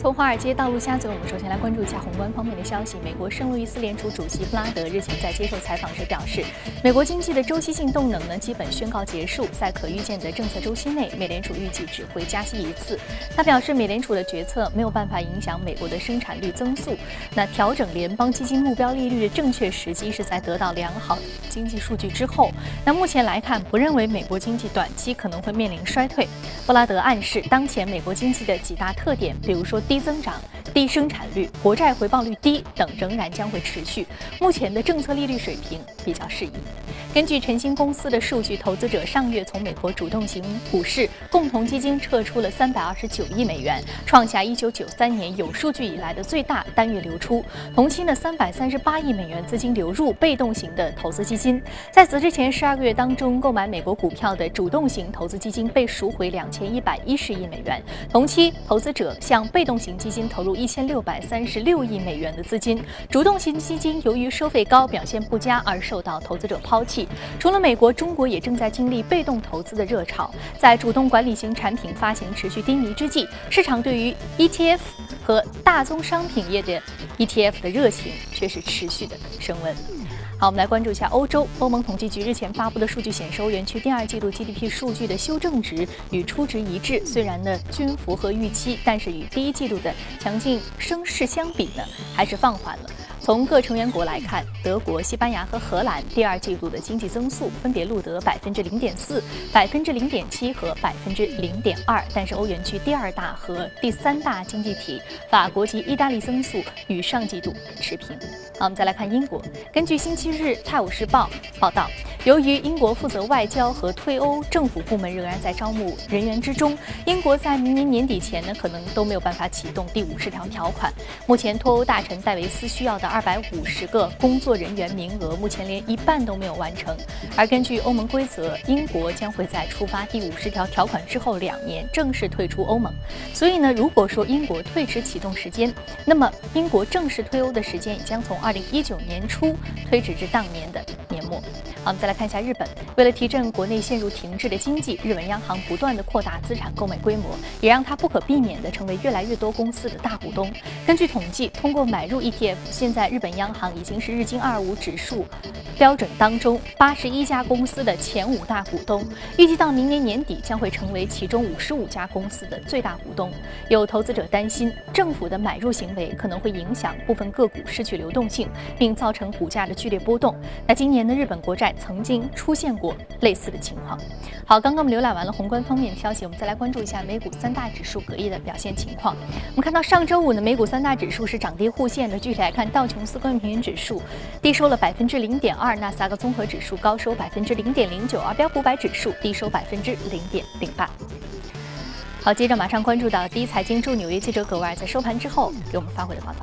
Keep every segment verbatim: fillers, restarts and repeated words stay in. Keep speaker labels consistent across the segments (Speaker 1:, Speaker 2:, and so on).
Speaker 1: 从华尔街到陆家嘴，我们首先来关注一下宏观方面的消息。美国圣路易斯联储主席布拉德日前在接受采访时表示，美国经济的周期性动能呢基本宣告结束，在可预见的政策周期内，美联储预计只会加息一次。他表示，美联储的决策没有办法影响美国的生产率增速。那调整联邦基金目标利率的正确时机是在得到良好经济数据之后。那目前来看，不认为美国经济短期可能会面临衰退。布拉德暗示，当前美国经济的几大特点，比如说低增长、低生产率、国债回报率低等仍然将会持续，目前的政策利率水平比较适宜。根据晨星公司的数据，投资者上月从美国主动型股市共同基金撤出了三百二十九亿美元，创下一九九三年有数据以来的最大单月流出。同期呢，三百三十八亿美元资金流入被动型的投资基金。在此之前十二个月当中，购买美国股票的主动型投资基金被赎回两千一百一十亿美元。同期，投资者向被动型基金投入一千六百三十六亿美元的资金，主动型基金由于收费高、表现不佳而受到投资者抛弃。除了美国，中国也正在经历被动投资的热潮。在主动管理型产品发行持续低迷之际，市场对于 E T F 和大宗商品业的 E T F 的热情却是持续的升温。好，我们来关注一下欧洲。欧盟统计局日前发布的数据显示，欧元区第二季度 G D P 数据的修正值与初值一致，虽然呢均符合预期，但是与第一季度的强劲升势相比呢，还是放缓了。从各成员国来看，德国、西班牙和荷兰第二季度的经济增速分别录得百分之零点四、百分之零点七和百分之零点二，但是欧元区第二大和第三大经济体法国及意大利增速与上季度持平。好，我们再来看英国。根据星期日《泰晤士报》报道，由于英国负责外交和退欧政府部门仍然在招募人员之中，英国在明年年底前呢，可能都没有办法启动第五十条条款。目前脱欧大臣戴维斯需要的二百五十个工作人员名额，目前连一半都没有完成。而根据欧盟规则，英国将会在触发第五十条条款之后两年正式退出欧盟。所以呢，如果说英国推迟启动时间，那么英国正式退欧的时间也将从二零一九年初推迟至当年的年末。好，我们再来看一下日本。为了提振国内陷入停滞的经济，日本央行不断的扩大资产购买规模，也让它不可避免的成为越来越多公司的大股东。根据统计，通过买入 E T F， 现在日本央行已经是日经二十五指数标准当中八十一家公司的前五大股东，预计到明年年底将会成为其中五十五家公司的最大股东。有投资者担心，政府的买入行为可能会影响部分个股失去流动性，并造成股价的剧烈波动。那今年的日本国债曾经出现过类似的情况。好，刚刚我们浏览完了宏观方面的消息，我们再来关注一下美股三大指数隔夜的表现情况。我们看到上周五呢，美股三大指数是涨跌互现的。具体来看，道琼斯工业平均指数低收了百分之零点二，纳斯达克综合指数高收百分之零点零九，而标普五百指数低收百分之零点零八。好，接着马上关注到第一财经驻纽约记者葛维尔在收盘之后给我们发回的报道。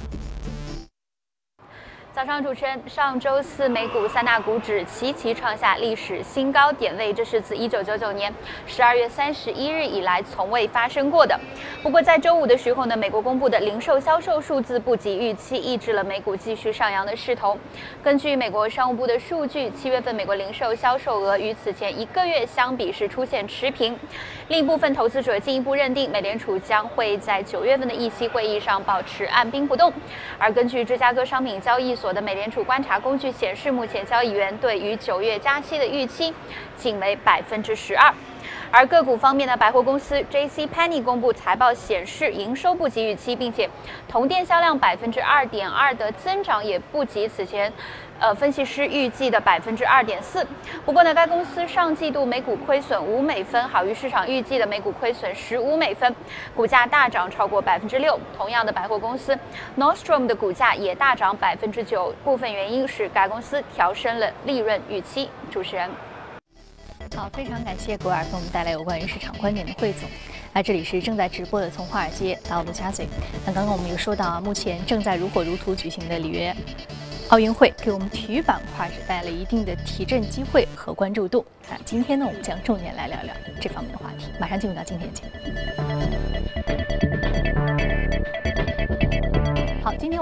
Speaker 2: 早上主持人，上周四美股三大股指齐齐创下历史新高点位，这是自一九九九年十二月三十一日以来从未发生过的。不过在周五的时候呢，美国公布的零售销售数字不及预期，抑制了美股继续上扬的势头。根据美国商务部的数据，七月份美国零售销售额与此前一个月相比是出现持平。另一部分投资者进一步认定，美联储将会在九月份的议息会议上保持按兵不动。而根据芝加哥商品交易所的美联储观察工具显示，目前交易员对于九月加息的预期仅为百分之十二。而个股方面呢，百货公司 J C Penney 公布财报显示，营收不及预期，并且同店销量百分之二点二的增长也不及此前。呃，分析师预计的百分之二点四。不过呢，该公司上季度每股亏损五美分，好于市场预计的每股亏损十五美分，股价大涨超过百分之六。同样的，百货公司 Nordstrom 的股价也大涨百分之九，部分原因是该公司调升了利润预期。主持人。
Speaker 1: 好，非常感谢葛维尔给我们带来有关于市场观点的汇总。那这里是正在直播的从华尔街到陆家嘴。那刚刚我们有说到啊，目前正在如火如荼举行的里约奥运会给我们体育板块是带来了一定的提振机会和关注度。那今天呢，我们将重点来聊聊这方面的话题。马上进入到今天的节目。好，今天我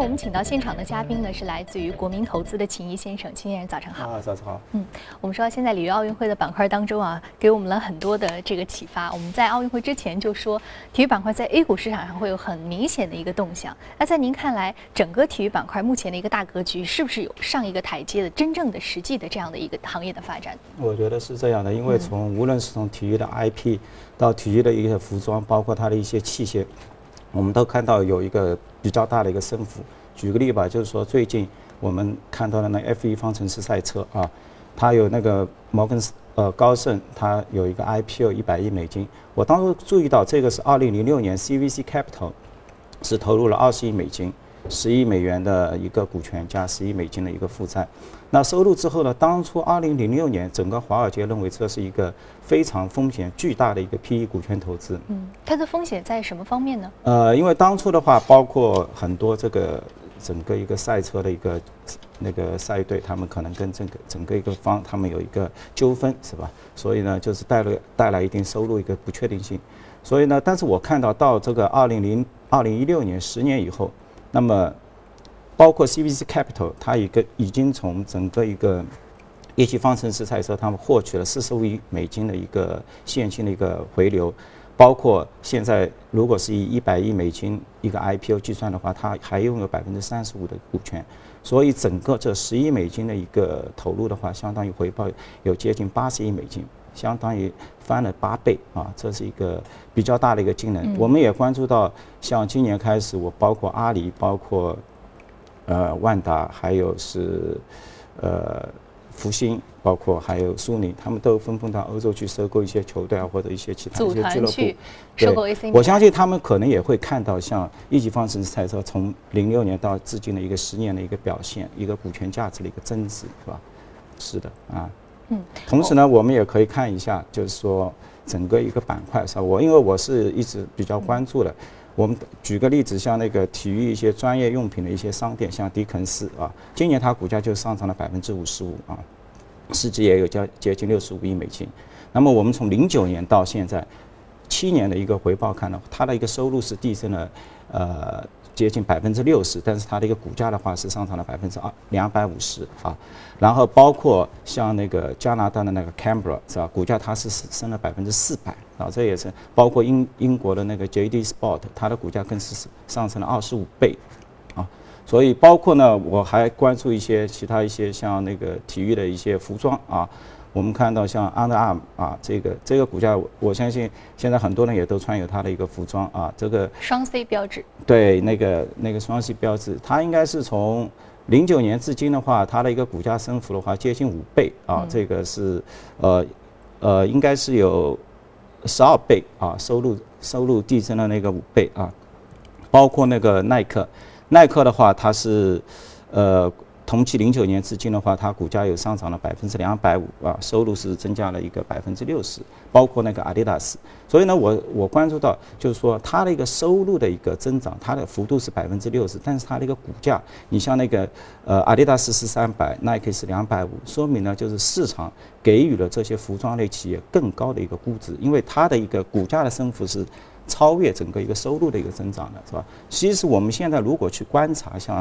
Speaker 1: 我们请到现场的嘉宾呢是来自于国民投资的秦毅先生，秦先生早上好。
Speaker 3: 啊，早上好。
Speaker 1: 嗯，我们说现在里约奥运会的板块当中啊，给我们了很多的这个启发。我们在奥运会之前就说，体育板块在 A 股市场上会有很明显的一个动向。那在您看来，整个体育板块目前的一个大格局，是不是有上一个台阶的真正的实际的这样的一个行业的发展？
Speaker 3: 我觉得是这样的，因为从无论是从体育的 I P 到体育的一些服装，包括它的一些器械，我们都看到有一个比较大的一个升幅。举个例吧，就是说最近我们看到的那 F 一 方程式赛车啊，它有那个摩根呃高盛，它有一个 I P O 一百亿美金。我当时注意到这个是二零零六年 C V C Capital 是投入了二十亿美金，十亿美元的一个股权加十亿美金的一个负债。那收入之后呢？当初二零零六年，整个华尔街认为这是一个非常风险巨大的一个 P E 股权投资。
Speaker 1: 嗯，它的风险在什么方面呢？
Speaker 3: 呃，因为当初的话，包括很多这个整个一个赛车的一个那个赛队，他们可能跟这个整个一个方他们有一个纠纷，是吧？所以呢，就是带来带来一定收入一个不确定性。所以呢，但是我看到到这个二零零二零一六年十年以后，那么包括 C V C Capital， 它一个已经从整个一个一级方程式赛车，他们获取了四十五亿美金的一个现金的一个回流，包括现在如果是以一百亿美金一个 I P O 计算的话，它还拥有百分之三十五的股权，所以整个这十亿美金的一个投入的话，相当于回报有接近八十亿美金，相当于翻了八倍啊，这是一个比较大的一个惊人。嗯、我们也关注到，像今年开始，我包括阿里，包括呃万达，还有是呃福星，包括还有苏宁，他们都纷纷到欧洲去收购一些球队啊，或者一些其他一些俱乐部。
Speaker 1: 收购 A C 米兰。
Speaker 3: 我相信他们可能也会看到像一级方程式赛车从零六年到至今的一个十年的一个表现，一个股权价值的一个增值，是吧？是的啊。嗯。同时呢，我们也可以看一下，就是说整个一个板块上，我因为我是一直比较关注的。我们举个例子，像那个体育一些专业用品的一些商店，像迪肯斯啊，今年它股价就上涨了百分之五十五啊，市值也有接接近六十五亿美金。那么我们从零九年到现在七年的一个回报看呢，它的一个收入是递升了呃接近百分之六十，但是它的一个股价的话是上涨了百分之二两百五十啊。然后包括像那个加拿大的那个 Canberra 是吧，股价它是升了百分之四百啊，这也是包括英英国的那个 J D Sport， 它的股价更是上升了二十五倍啊。所以包括呢，我还关注一些其他一些像那个体育的一些服装啊。我们看到像 Under Armour 啊，这个这个股价，我相信现在很多人也都穿有它的一个服装啊，这个
Speaker 1: 双 C 标志。对，
Speaker 3: 那个那个双 C 标志，它应该是从零九年至今的话，它的一个股价升幅的话接近五倍啊，嗯、这个是呃呃应该是有十二倍啊，收入收入递增了那个五倍啊，包括那个耐克，耐克的话它是呃。同期零九年至今的话，它股价有上涨了百分之两百五啊，收入是增加了一个百分之六十，包括那个阿迪达斯。所以呢，我我关注到就是说它的一个收入的一个增长，它的幅度是百分之六十，但是它的一个股价，你像那个呃阿迪达斯是三百，耐克是两百五，说明呢就是市场给予了这些服装类企业更高的一个估值，因为它的一个股价的升幅是超越整个一个收入的一个增长的，是吧？其实我们现在如果去观察像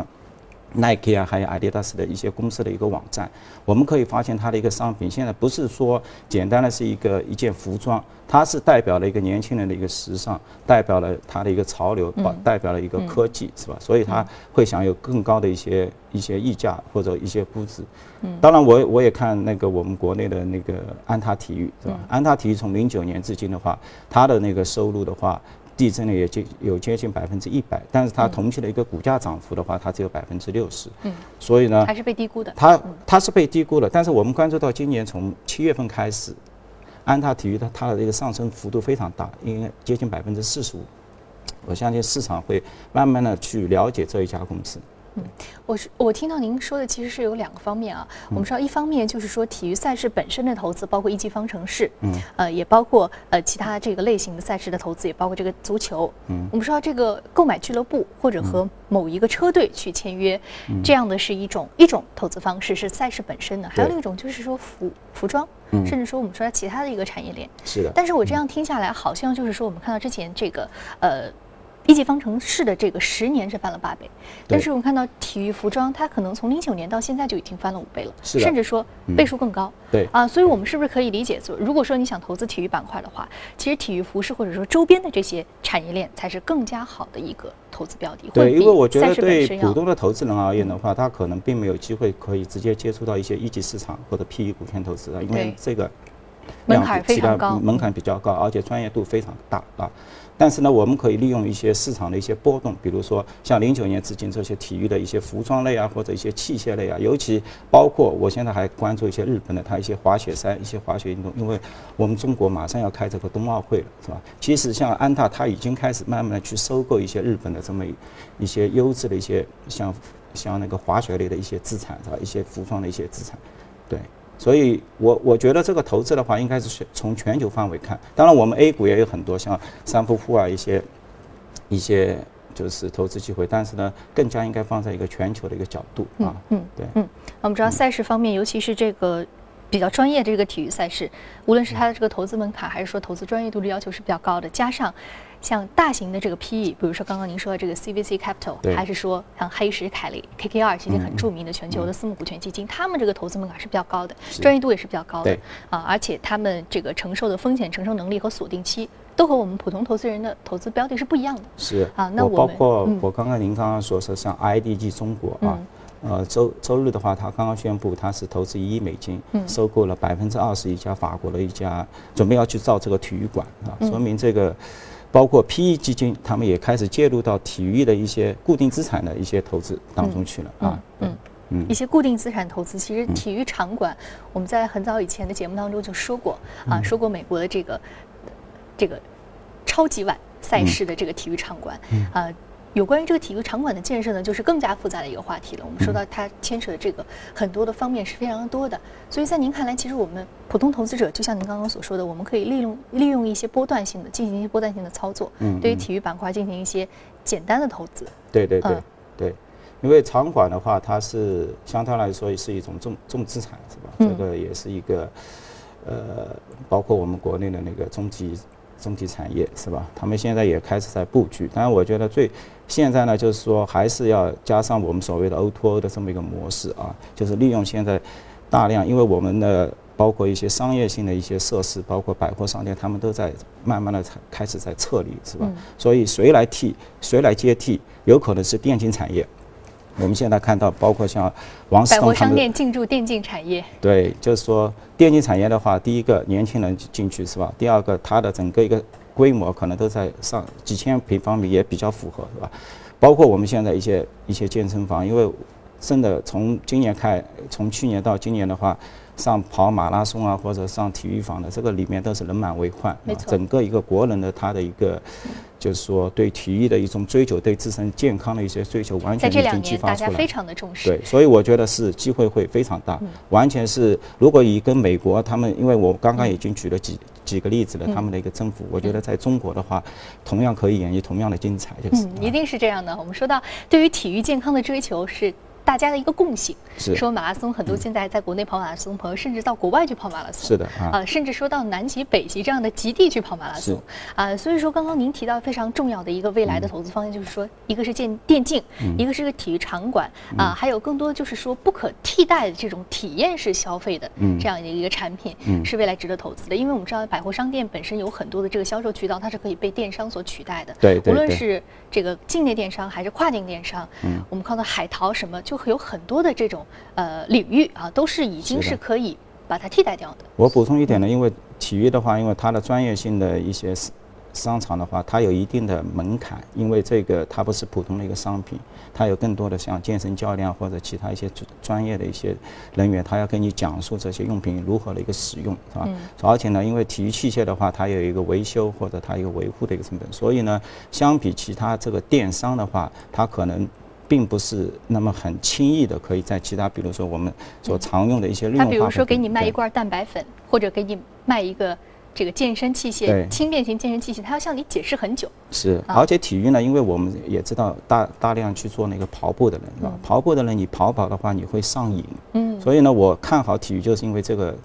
Speaker 3: Nike 啊，还有 Adidas 的一些公司的一个网站，我们可以发现它的一个商品现在不是说简单的是一个一件服装，它是代表了一个年轻人的一个时尚，代表了它的一个潮流，代表了一个科技，是吧？所以它会享有更高的一些一些溢价或者一些估值。当然我我也看那个我们国内的那个安踏体育，是吧？安踏体育从零九年至今的话，它的那个收入的话，递增了也接有接近百分之一百，但是它同期的一个股价涨幅的话，它只有百分之六十。嗯，所以呢，
Speaker 1: 还是被低估的。
Speaker 3: 它它是被低估了，但是我们关注到今年从七月份开始，安踏体育的它的这个上升幅度非常大，应该接近百分之四十五。我相信市场会慢慢的去了解这一家公司。
Speaker 1: 嗯，我是我听到您说的其实是有两个方面啊。我们知道一方面就是说体育赛事本身的投资，包括一级方程式，嗯，呃，也包括呃其他这个类型的赛事的投资，也包括这个足球。嗯，我们说这个购买俱乐部或者和某一个车队去签约，嗯、这样的是一种一种投资方式，是赛事本身的；还有另一种就是说服服装。嗯、甚至说我们说它其他的一个产业链。
Speaker 3: 是的。
Speaker 1: 但是我这样听下来，好像就是说我们看到之前这个呃。 一级方程式的这个十年是翻了八倍，但是我们看到体育服装，它可能从零九年到现在就已经翻了五倍了，甚至说倍数更高。
Speaker 3: 嗯、对
Speaker 1: 啊，所以我们是不是可以理解说，如果说你想投资体育板块的话，其实体育服饰或者说周边的这些产业链才是更加好的一个投资标的。
Speaker 3: 对，因为我觉得对普通的投资人而言的话，他可能并没有机会可以直接接触到一些一级市场或者 P E 股权投资啊，因为这个
Speaker 1: 门槛非常高，
Speaker 3: 门槛比较高，而且专业度非常大啊。但是呢，我们可以利用一些市场的一些波动，比如说像零九年至今这些体育的一些服装类啊，或者一些器械类啊，尤其包括我现在还关注一些日本的它一些滑雪赛、一些滑雪运动，因为我们中国马上要开这个冬奥会了，是吧？其实像安踏，它已经开始慢慢的去收购一些日本的这么一些优质的一些像像那个滑雪类的一些资产，是吧？一些服装的一些资产，对。所以我我觉得这个投资的话，应该是从全球范围看。当然，我们 A 股也有很多像三伏户啊一些一些就是投资机会，但是呢，更加应该放在一个全球的一个角度啊。
Speaker 1: 嗯，对，嗯，我们知道赛事方面，尤其是这个比较专业的这个体育赛事，无论是它的这个投资门槛，还是说投资专业度的要求是比较高的，加上像大型的这个 P E， 比如说刚刚您说的这个 C V C Capital， 还是说像黑石凯利 K K R 这些很著名的全球的私募股权基金，他们这个投资门槛是比较高的，专业度也是比较高的啊，而且他们这个承受的风险承受能力和锁定期都和我们普通投资人的投资标的是不一样的。
Speaker 3: 是
Speaker 1: 啊，那
Speaker 3: 我包括我刚刚您刚刚说是像 I D G 中国啊。呃，周周日的话，他刚刚宣布，他是投资一亿美金，嗯、收购了百分之二十一家法国的一家，准备要去造这个体育馆啊，嗯、说明这个，包括 P E 基金，他们也开始介入到体育的一些固定资产的一些投资当中去了、嗯、啊。
Speaker 1: 嗯嗯，一些固定资产投资，其实体育场馆，我们在很早以前的节目当中就说过啊，说过美国的这个这个超级碗赛事的这个体育场馆，嗯、啊。有关于这个体育场馆的建设呢，就是更加复杂的一个话题了。我们说到它牵扯的这个很多的方面是非常多的，所以在您看来，其实我们普通投资者，就像您刚刚所说的，我们可以利用利用一些波段性的进行一些波段性的操作，嗯，对于体育板块进行一些简单的投资。
Speaker 3: 对对对、嗯、对，因为场馆的话，它是相对来说也是一种重重资产，是吧？嗯、这个也是一个呃，包括我们国内的那个中级。中级产业是吧？他们现在也开始在布局，但是我觉得最现在呢，就是说还是要加上我们所谓的 O to O 的这么一个模式啊，就是利用现在大量，因为我们的包括一些商业性的一些设施，包括百货商店，他们都在慢慢的开始在撤离，是吧？嗯、所以谁来替，谁来接替，有可能是电竞产业。我们现在看到，包括像王思彤他们
Speaker 1: 百货商店进驻电竞产业，
Speaker 3: 对，就是说电竞产业的话，第一个年轻人进去是吧？第二个，它的整个一个规模可能都在上几千平方米，也比较符合是吧？包括我们现在一些一些健身房，因为真的从今年开，从去年到今年的话，上跑马拉松啊，或者上体育房的，这个里面都是人满为患，
Speaker 1: 没错，
Speaker 3: 整个一个国人的他的一个。就是说，对体育的一种追求，对自身健康的一些追求，完全已经激发出来。
Speaker 1: 在这两年，大家非常的重视。
Speaker 3: 对，所以我觉得是机会会非常大，嗯、完全是如果以跟美国他们，因为我刚刚已经举了几、嗯、几个例子了，他们的一个增幅，嗯、我觉得在中国的话，同样可以演绎同样的精彩，就是。
Speaker 1: 嗯，一定是这样的。我们说到对于体育健康的追求是。大家的一个共性，说马拉松，很多现在在国内跑马拉松朋友，甚至到国外去跑马拉松，
Speaker 3: 是的啊、
Speaker 1: 呃，甚至说到南极、北极这样的极地去跑马拉松，啊、呃，所以说刚刚您提到非常重要的一个未来的投资方向，就是说，一个是建电竞，嗯、一个是个体育场馆，啊、呃，还有更多就是说不可替代的这种体验式消费的这样的一个产品，嗯、是未来值得投资的。因为我们知道百货商店本身有很多的这个销售渠道，它是可以被电商所取代的，
Speaker 3: 对，对
Speaker 1: 无论是这个境内电商还是跨境电商，嗯，我们看到海淘什么，就有很多的。这种呃领域啊，都是已经是可以把它替代掉的。
Speaker 3: 我补充一点呢，因为体育的话，因为它的专业性的一些商场的话，它有一定的门槛，因为这个它不是普通的一个商品，它有更多的像健身教练或者其他一些专业的一些人员，他要跟你讲述这些用品如何的一个使用，是吧？嗯、而且呢，因为体育器械的话，它有一个维修或者它有一个维护的一个成本，所以呢，相比其他这个电商的话，它可能。并不是那么很轻易的可以在其他，比如说我们所常用的一些日用化，
Speaker 1: 他比如说给你卖一罐蛋白粉，或者给你卖一个这个健身器械，轻便型健身器械，他要向你解释很久。
Speaker 3: 是，而且体育呢，因为我们也知道大大量去做那个跑步的人，是吧？嗯、跑步的人你跑跑的话，你会上瘾。嗯。所以呢，我看好体育，就是因为这个这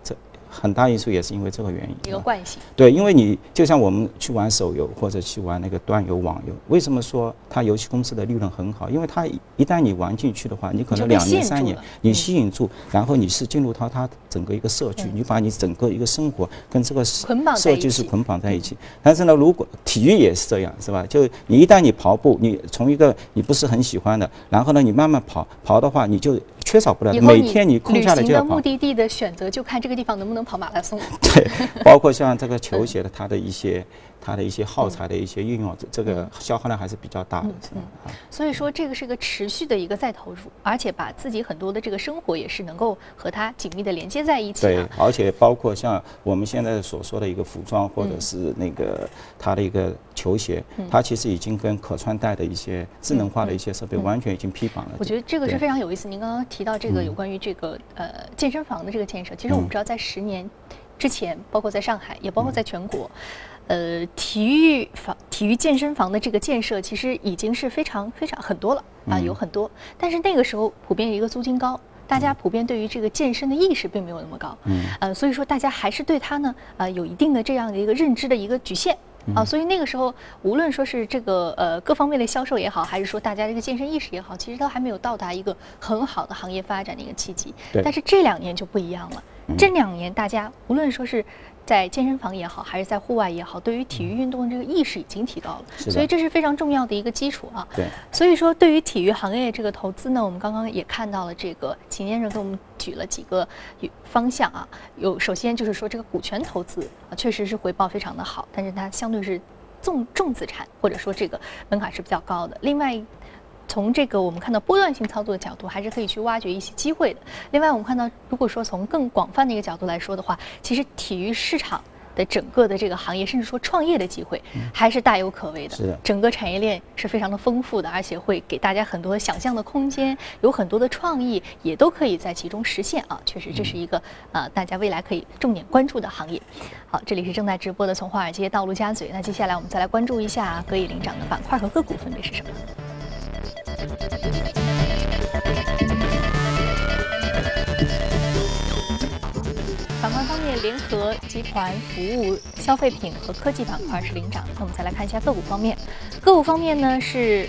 Speaker 3: 很大因素也是因为这个原因，
Speaker 1: 一个惯性。
Speaker 3: 对，因为你就像我们去玩手游或者去玩那个端游网游，为什么说它游戏公司的利润很好？因为它一旦你玩进去的话，你可能两年三年你吸引住，然后你是进入到它整个一个社区，你把你整个一个生活跟这个社区是捆绑在一起。但是呢，如果体育也是这样，是吧？就你一旦你跑步，你从一个你不是很喜欢的，然后呢，你慢慢跑跑的话，你就缺少不了。每天你空下来就要跑。
Speaker 1: 旅行的目的地的选择就看这个地方能不能跑马拉松。
Speaker 3: 对，包括像这个球鞋的它的一些。它的一些耗材的一些运用，这这个消耗量还是比较大的，是吧？
Speaker 1: 嗯，所以说这个是一个持续的一个再投入，而且把自己很多的这个生活也是能够和它紧密的连接在一起。
Speaker 3: 对，而且包括像我们现在所说的一个服装，或者是那个它的一个球鞋，它其实已经跟可穿戴的一些智能化的一些设备完全已经匹绑了。
Speaker 1: 我觉得这个是非常有意思。您刚刚提到这个有关于这个呃健身房的这个建设，其实我们知道在十年之前，包括在上海，也包括在全国。呃，体育房、体育健身房的这个建设，其实已经是非常非常很多了啊，有很多。但是那个时候普遍一个租金高，大家普遍对于这个健身的意识并没有那么高，嗯，呃，所以说大家还是对它呢，呃，有一定的这样的一个认知的一个局限。啊，所以那个时候，无论说是这个呃各方面的销售也好，还是说大家这个健身意识也好，其实都还没有到达一个很好的行业发展的一个契机。但是这两年就不一样了，这两年大家无论说是在健身房也好，还是在户外也好，对于体育运动的这个意识已经提高了，所以这是非常重要的一个基础啊。
Speaker 3: 对，
Speaker 1: 所以说对于体育行业这个投资呢，我们刚刚也看到了这个秦先生给我们举了几个方向啊，有首先就是说这个股权投资啊，确实是回报非常的好，但是它相对是重重资产，或者说这个门槛是比较高的。另外，从这个我们看到波段性操作的角度，还是可以去挖掘一些机会的。另外，我们看到，如果说从更广泛的一个角度来说的话，其实体育市场的整个的这个行业，甚至说创业的机会，还是大有可为的。
Speaker 3: 是的，
Speaker 1: 整个产业链是非常的丰富的，而且会给大家很多想象的空间，有很多的创意，也都可以在其中实现啊。确实，这是一个呃大家未来可以重点关注的行业。好，这里是正在直播的从华尔街到陆家嘴。那接下来我们再来关注一下可以领涨的板块和个股分别是什么。板块方面，联合集团、服务、消费品和科技板块是领涨。那我们再来看一下个股方面，个股方面呢是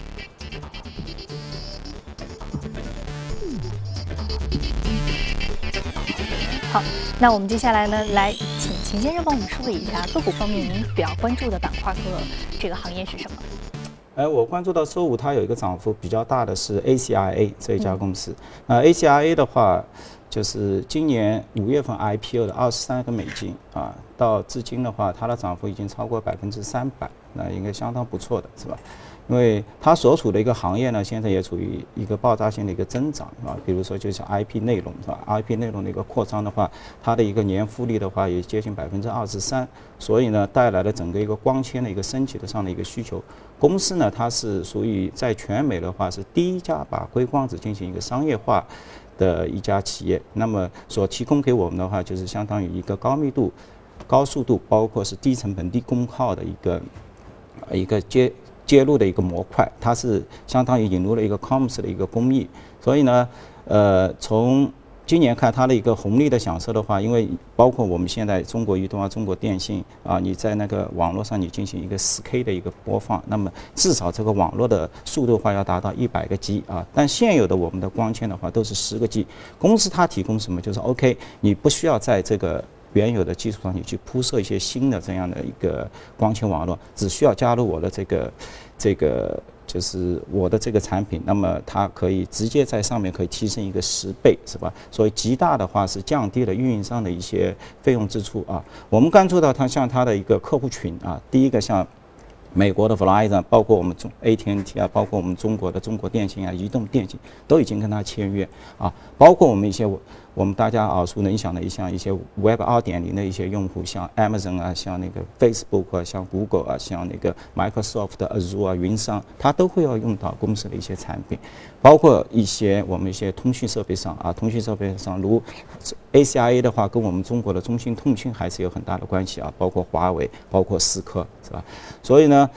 Speaker 1: 好。那我们接下来呢，来请秦先生帮我们梳理一下个股方面您比较关注的板块和这个行业是什么？
Speaker 3: 哎，我关注到周五它有一个涨幅比较大的是 A C R A 这一家公司。那、嗯、A C R A 的话，就是今年五月份 I P O 的二十三个美金啊，到至今的话，它的涨幅已经超过百分之三百，那应该相当不错的是吧？因为它所处的一个行业呢，现在也处于一个爆炸性的一个增长啊，比如说就像 I P 内容是吧 ？I P 内容的一个扩张的话，它的一个年复利的话也接近百分之二十三，所以呢，带来了整个一个光纤的一个升级的上的一个需求。公司呢，它是属于在全美的话是第一家把硅光子进行一个商业化的一家企业。那么所提供给我们的话，就是相当于一个高密度、高速度，包括是低成本、低功耗的一个一个接。接入的一个模块，它是相当于引入了一个 C O M S 的一个工艺，所以呢，呃，从今年看它的一个红利的享受的话，因为包括我们现在中国移动啊、中国电信啊，你在那个网络上你进行一个 四 K 的一个播放，那么至少这个网络的速度的话要达到一百个 G 啊，但现有的我们的光纤的话都是十个 G， 公司它提供什么就是 OK， 你不需要在这个原有的基础上你去铺设一些新的这样的一个光纤网络，只需要加入我的这个这个就是我的这个产品，那么它可以直接在上面可以提升一个十倍，是吧？所以极大的话是降低了运营商的一些费用支出啊。我们关注到它像它的一个客户群啊，第一个像美国的 Verizon， 包括我们中 A T and T 啊，包括我们中国的中国电信啊、移动电信都已经跟它签约啊，包括我们一些我们大家耳熟能详的一项一些 Web 二点零的一些用户，像 Amazon 啊，像那个 Facebook 啊，像 Google 啊，像那个 Microsoft 的 Azure 啊，云商，它都会要用到公司的一些产品，包括一些我们一些通讯设备上啊，通讯设备上如 A C R A 的话，跟我们中国的中兴通讯还是有很大的关系啊，包括华为，包括思科，是吧？所以呢。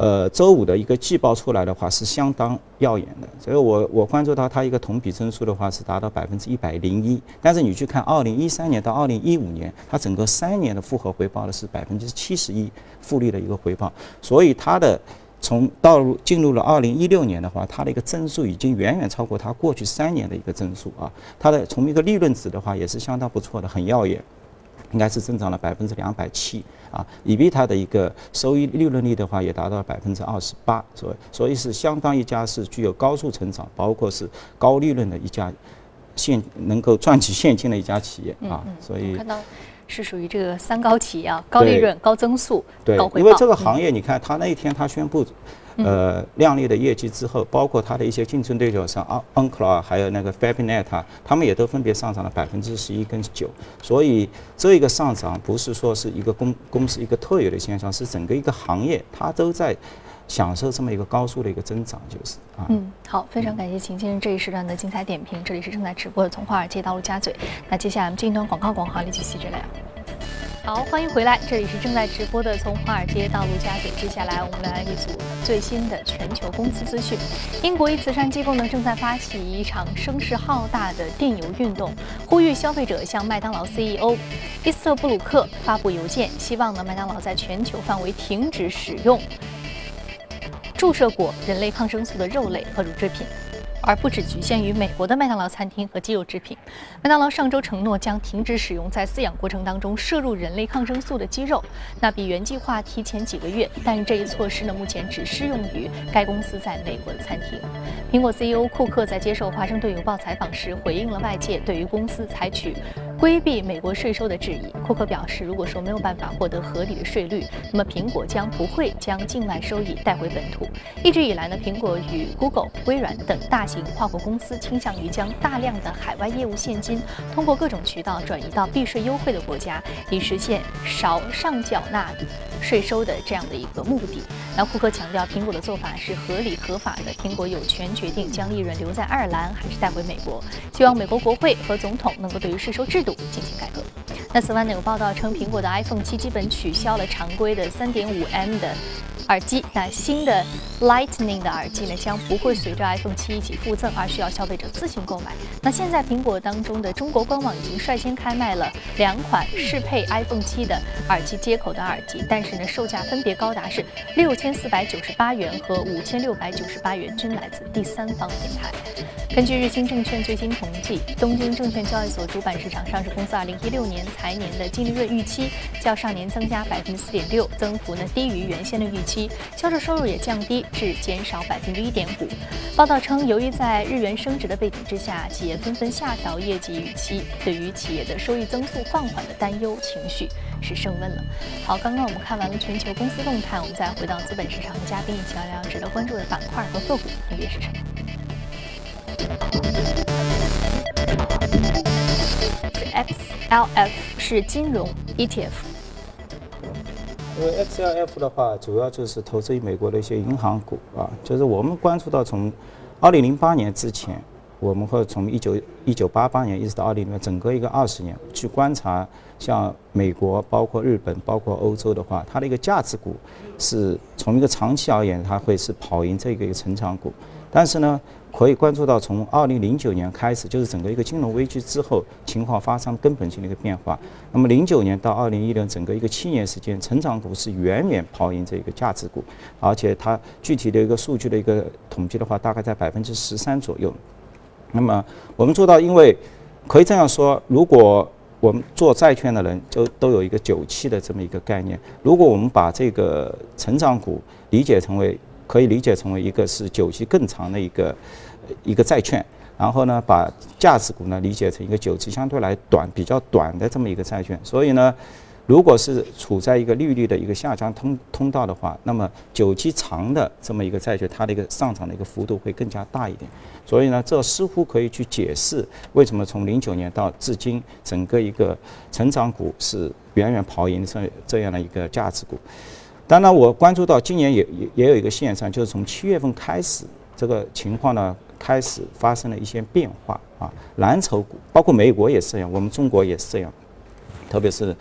Speaker 3: 呃，周五的一个季报出来的话是相当耀眼的，所以我我关注到它一个同比增速的话是达到百分之一百零一。但是你去看二零一三年到二零一五年，它整个三年的复合回报的是百分之七十一复利的一个回报，所以它的从到入进入了二零一六年的话，它的一个增速已经远远超过它过去三年的一个增速啊。它的从一个利润值的话也是相当不错的，很耀眼。应该是增长了百分之两百七啊，以比它的一个收益利润率的话也达到了百分之二十八，所以所以是相当一家是具有高速成长，包括是高利润的一家现能够赚取现金的一家企业啊，
Speaker 1: 嗯嗯、
Speaker 3: 所以
Speaker 1: 看到是属于这个三高企业啊，高利润、高增速、
Speaker 3: 对，
Speaker 1: 高回报。
Speaker 3: 因为这个行业，你看它那一天它宣布。呃，亮丽的业绩之后，包括它的一些竞争对手像 Onclar 还有那个 Fabrinet 啊，他们也都分别上涨了百分之十一跟九。所以这一个上涨不是说是一个公公司一个特有的现象，是整个一个行业它都在享受这么一个高速的一个增长，就是啊。
Speaker 1: 嗯，好，非常感谢秦先生这一时段的精彩点评。这里是正在直播的从华尔街到陆家嘴。那接下来我们进一段广告，广告立即接着聊。好，欢迎回来，这里是正在直播的从华尔街到陆家嘴。接下来我们来一组最新的全球公司资讯。英国一慈善机构呢正在发起一场声势浩大的电邮运动，呼吁消费者向麦当劳 C E O 伊斯特布鲁克发布邮件，希望呢麦当劳在全球范围停止使用注射过人类抗生素的肉类和乳制品，而不只局限于美国的麦当劳餐厅和鸡肉制品。麦当劳上周承诺将停止使用在饲养过程当中摄入人类抗生素的鸡肉，那比原计划提前几个月，但是这一措施呢，目前只适用于该公司在美国的餐厅。苹果 C E O 库克在接受华盛顿邮报采访时，回应了外界对于公司采取规避美国税收的质疑。库克表示，如果说没有办法获得合理的税率，那么苹果将不会将境外收益带回本土。一直以来呢，苹果与 Google、微软等大型跨国公司倾向于将大量的海外业务现金通过各种渠道转移到避税优惠的国家，以实现少上缴纳税收的这样的一个目的。那库克强调，苹果的做法是合理合法的，苹果有权决定将利润留在爱尔兰还是带回美国，希望美国国会和总统能够对于税收制度进行改革。那此外呢，有报道称，苹果的 iPhone 七基本取消了常规的 三点五 M 的耳机，那新的 Lightning 的耳机呢，将不会随着 iPhone 七一起附赠，而需要消费者自行购买。那现在苹果当中的中国官网已经率先开卖了两款适配 iPhone 七的耳机接口的耳机，但是呢，售价分别高达是六千四百九十八元和五千六百九十八元，均来自第三方平台。根据日经证券最新统计，东京证券交易所主板市场上市公司二零一六年财年的净利润预期较上年增加百分之四点六，增幅呢低于原先的预期，销售收入也降低至减少百分之一点五。报道称，由于在日元升值的背景之下，企业纷纷下调业绩预期，对于企业的收益增速放缓的担忧情绪是升温了。好，刚刚我们看完了全球公司动态，我们再回到资本市场，和嘉宾一起聊聊值得关注的板块和个股分别是什么。是 X L F 是金融 E T F。
Speaker 3: 因为 X L F 的话，主要就是投资于美国的一些银行股啊，就是我们关注到从二零零八年之前，我们会从一九一九八八年一直到二零零整个一个二十年去观察，像美国、包括日本、包括欧洲的话，它的一个价值股是从一个长期而言，它会是跑赢这个一个成长股。但是呢，可以关注到从二零零九年开始，就是整个一个金融危机之后，情况发生根本性的一个变化。那么零九年到二零一六整个一个七年时间，成长股是远远跑赢这个价值股，而且它具体的一个数据的一个统计的话，大概在百分之十三左右。那么我们做到，因为可以这样说，如果我们做债券的人就都有一个九期的这么一个概念，如果我们把这个成长股理解成为可以理解成为一个是久期更长的一个一个债券，然后呢，把价值股呢理解成一个久期相对来短比较短的这么一个债券。所以呢，如果是处在一个利率的一个下降通通道的话，那么久期长的这么一个债券，它的一个上涨的一个幅度会更加大一点。所以呢，这似乎可以去解释为什么从零九年到至今，整个一个成长股是远远跑赢这这样的一个价值股。当然，我关注到今年也也也有一个现象，就是从七月份开始，这个情况呢开始发生了一些变化啊。蓝筹股，包括美国也是这样，我们中国也是这样，特别是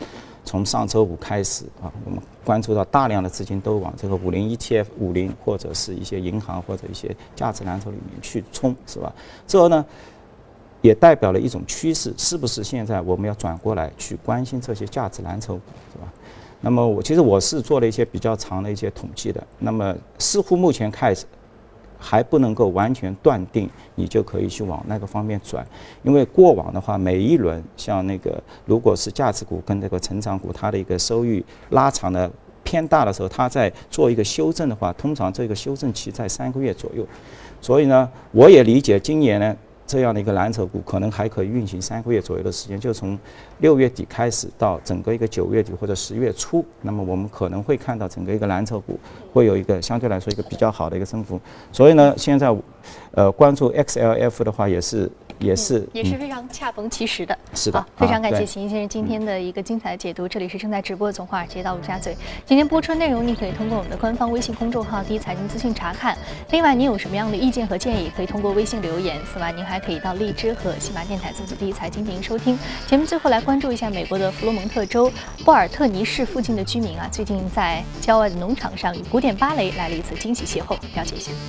Speaker 3: 从上周五开始啊，我们关注到大量的资金都往这个五零 E T F 五零或者是一些银行或者一些价值蓝筹里面去冲，是吧？这呢也代表了一种趋势，是不是现在我们要转过来去关心这些价值蓝筹股，是吧？那么我其实我是做了一些比较长的一些统计的，那么似乎目前开始还不能够完全断定你就可以去往那个方面转，因为过往的话，每一轮像那个如果是价值股跟这个成长股，它的一个收益拉长的偏大的时候，它在做一个修正的话，通常这个修正期在三个月左右。所以呢，我也理解今年呢这样的一个蓝筹股可能还可以运行三个月左右的时间，就从六月底开始到整个一个九月底或者十月初，那么我们可能会看到整个一个蓝筹股会有一个相对来说一个比较好的一个升幅。所以呢，现在呃关注 X L F 的话也是也是、嗯、
Speaker 1: 也是非常恰逢其时的。
Speaker 3: 是的，
Speaker 1: 非常感谢秦先生今天的一个精彩的解读。这里是正在直播的从华尔街到陆家嘴，今天播出内容你可以通过我们的官方微信公众号第一财经资讯查看。另外，你有什么样的意见和建议，可以通过微信留言。此外，您还可以到荔枝和喜马电台搜索第一财经进行收听。节目最后来关注一下美国的佛罗蒙特州波尔特尼市附近的居民啊，最近在郊外的农场上与古典芭蕾来了一次惊喜邂逅，了解一下。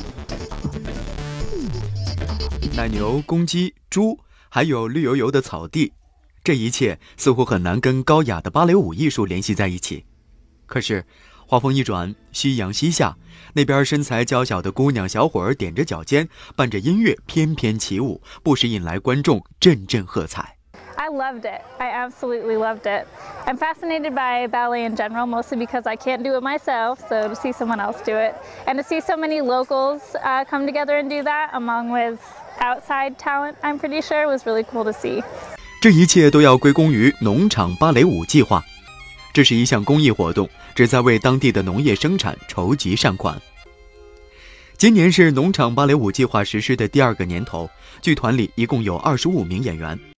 Speaker 4: 奶牛、公鸡、猪，还有绿油油的草地，这一切似乎很难跟高雅的芭蕾舞艺术联系在一起。可是话锋一转，夕阳西下，那边身材娇小的姑娘小伙儿踮着脚尖，伴着音乐翩翩起舞，不时引来观众阵阵喝彩。
Speaker 5: I loved it. I absolutely loved it. I'm fascinated by ballet in general, mostly because I can't do it myself, so to see someone else do it, and to see so many locals uh, come together and do that, along with outside talent, I'm pretty sure, was really cool to see.
Speaker 4: 这一切都要归功于农场芭蕾舞计划。这是一项公益活动，旨在为当地的农业生产筹集善款。今年是农场芭蕾舞计划实施的第二个年头，剧团里一共有二十五名演员。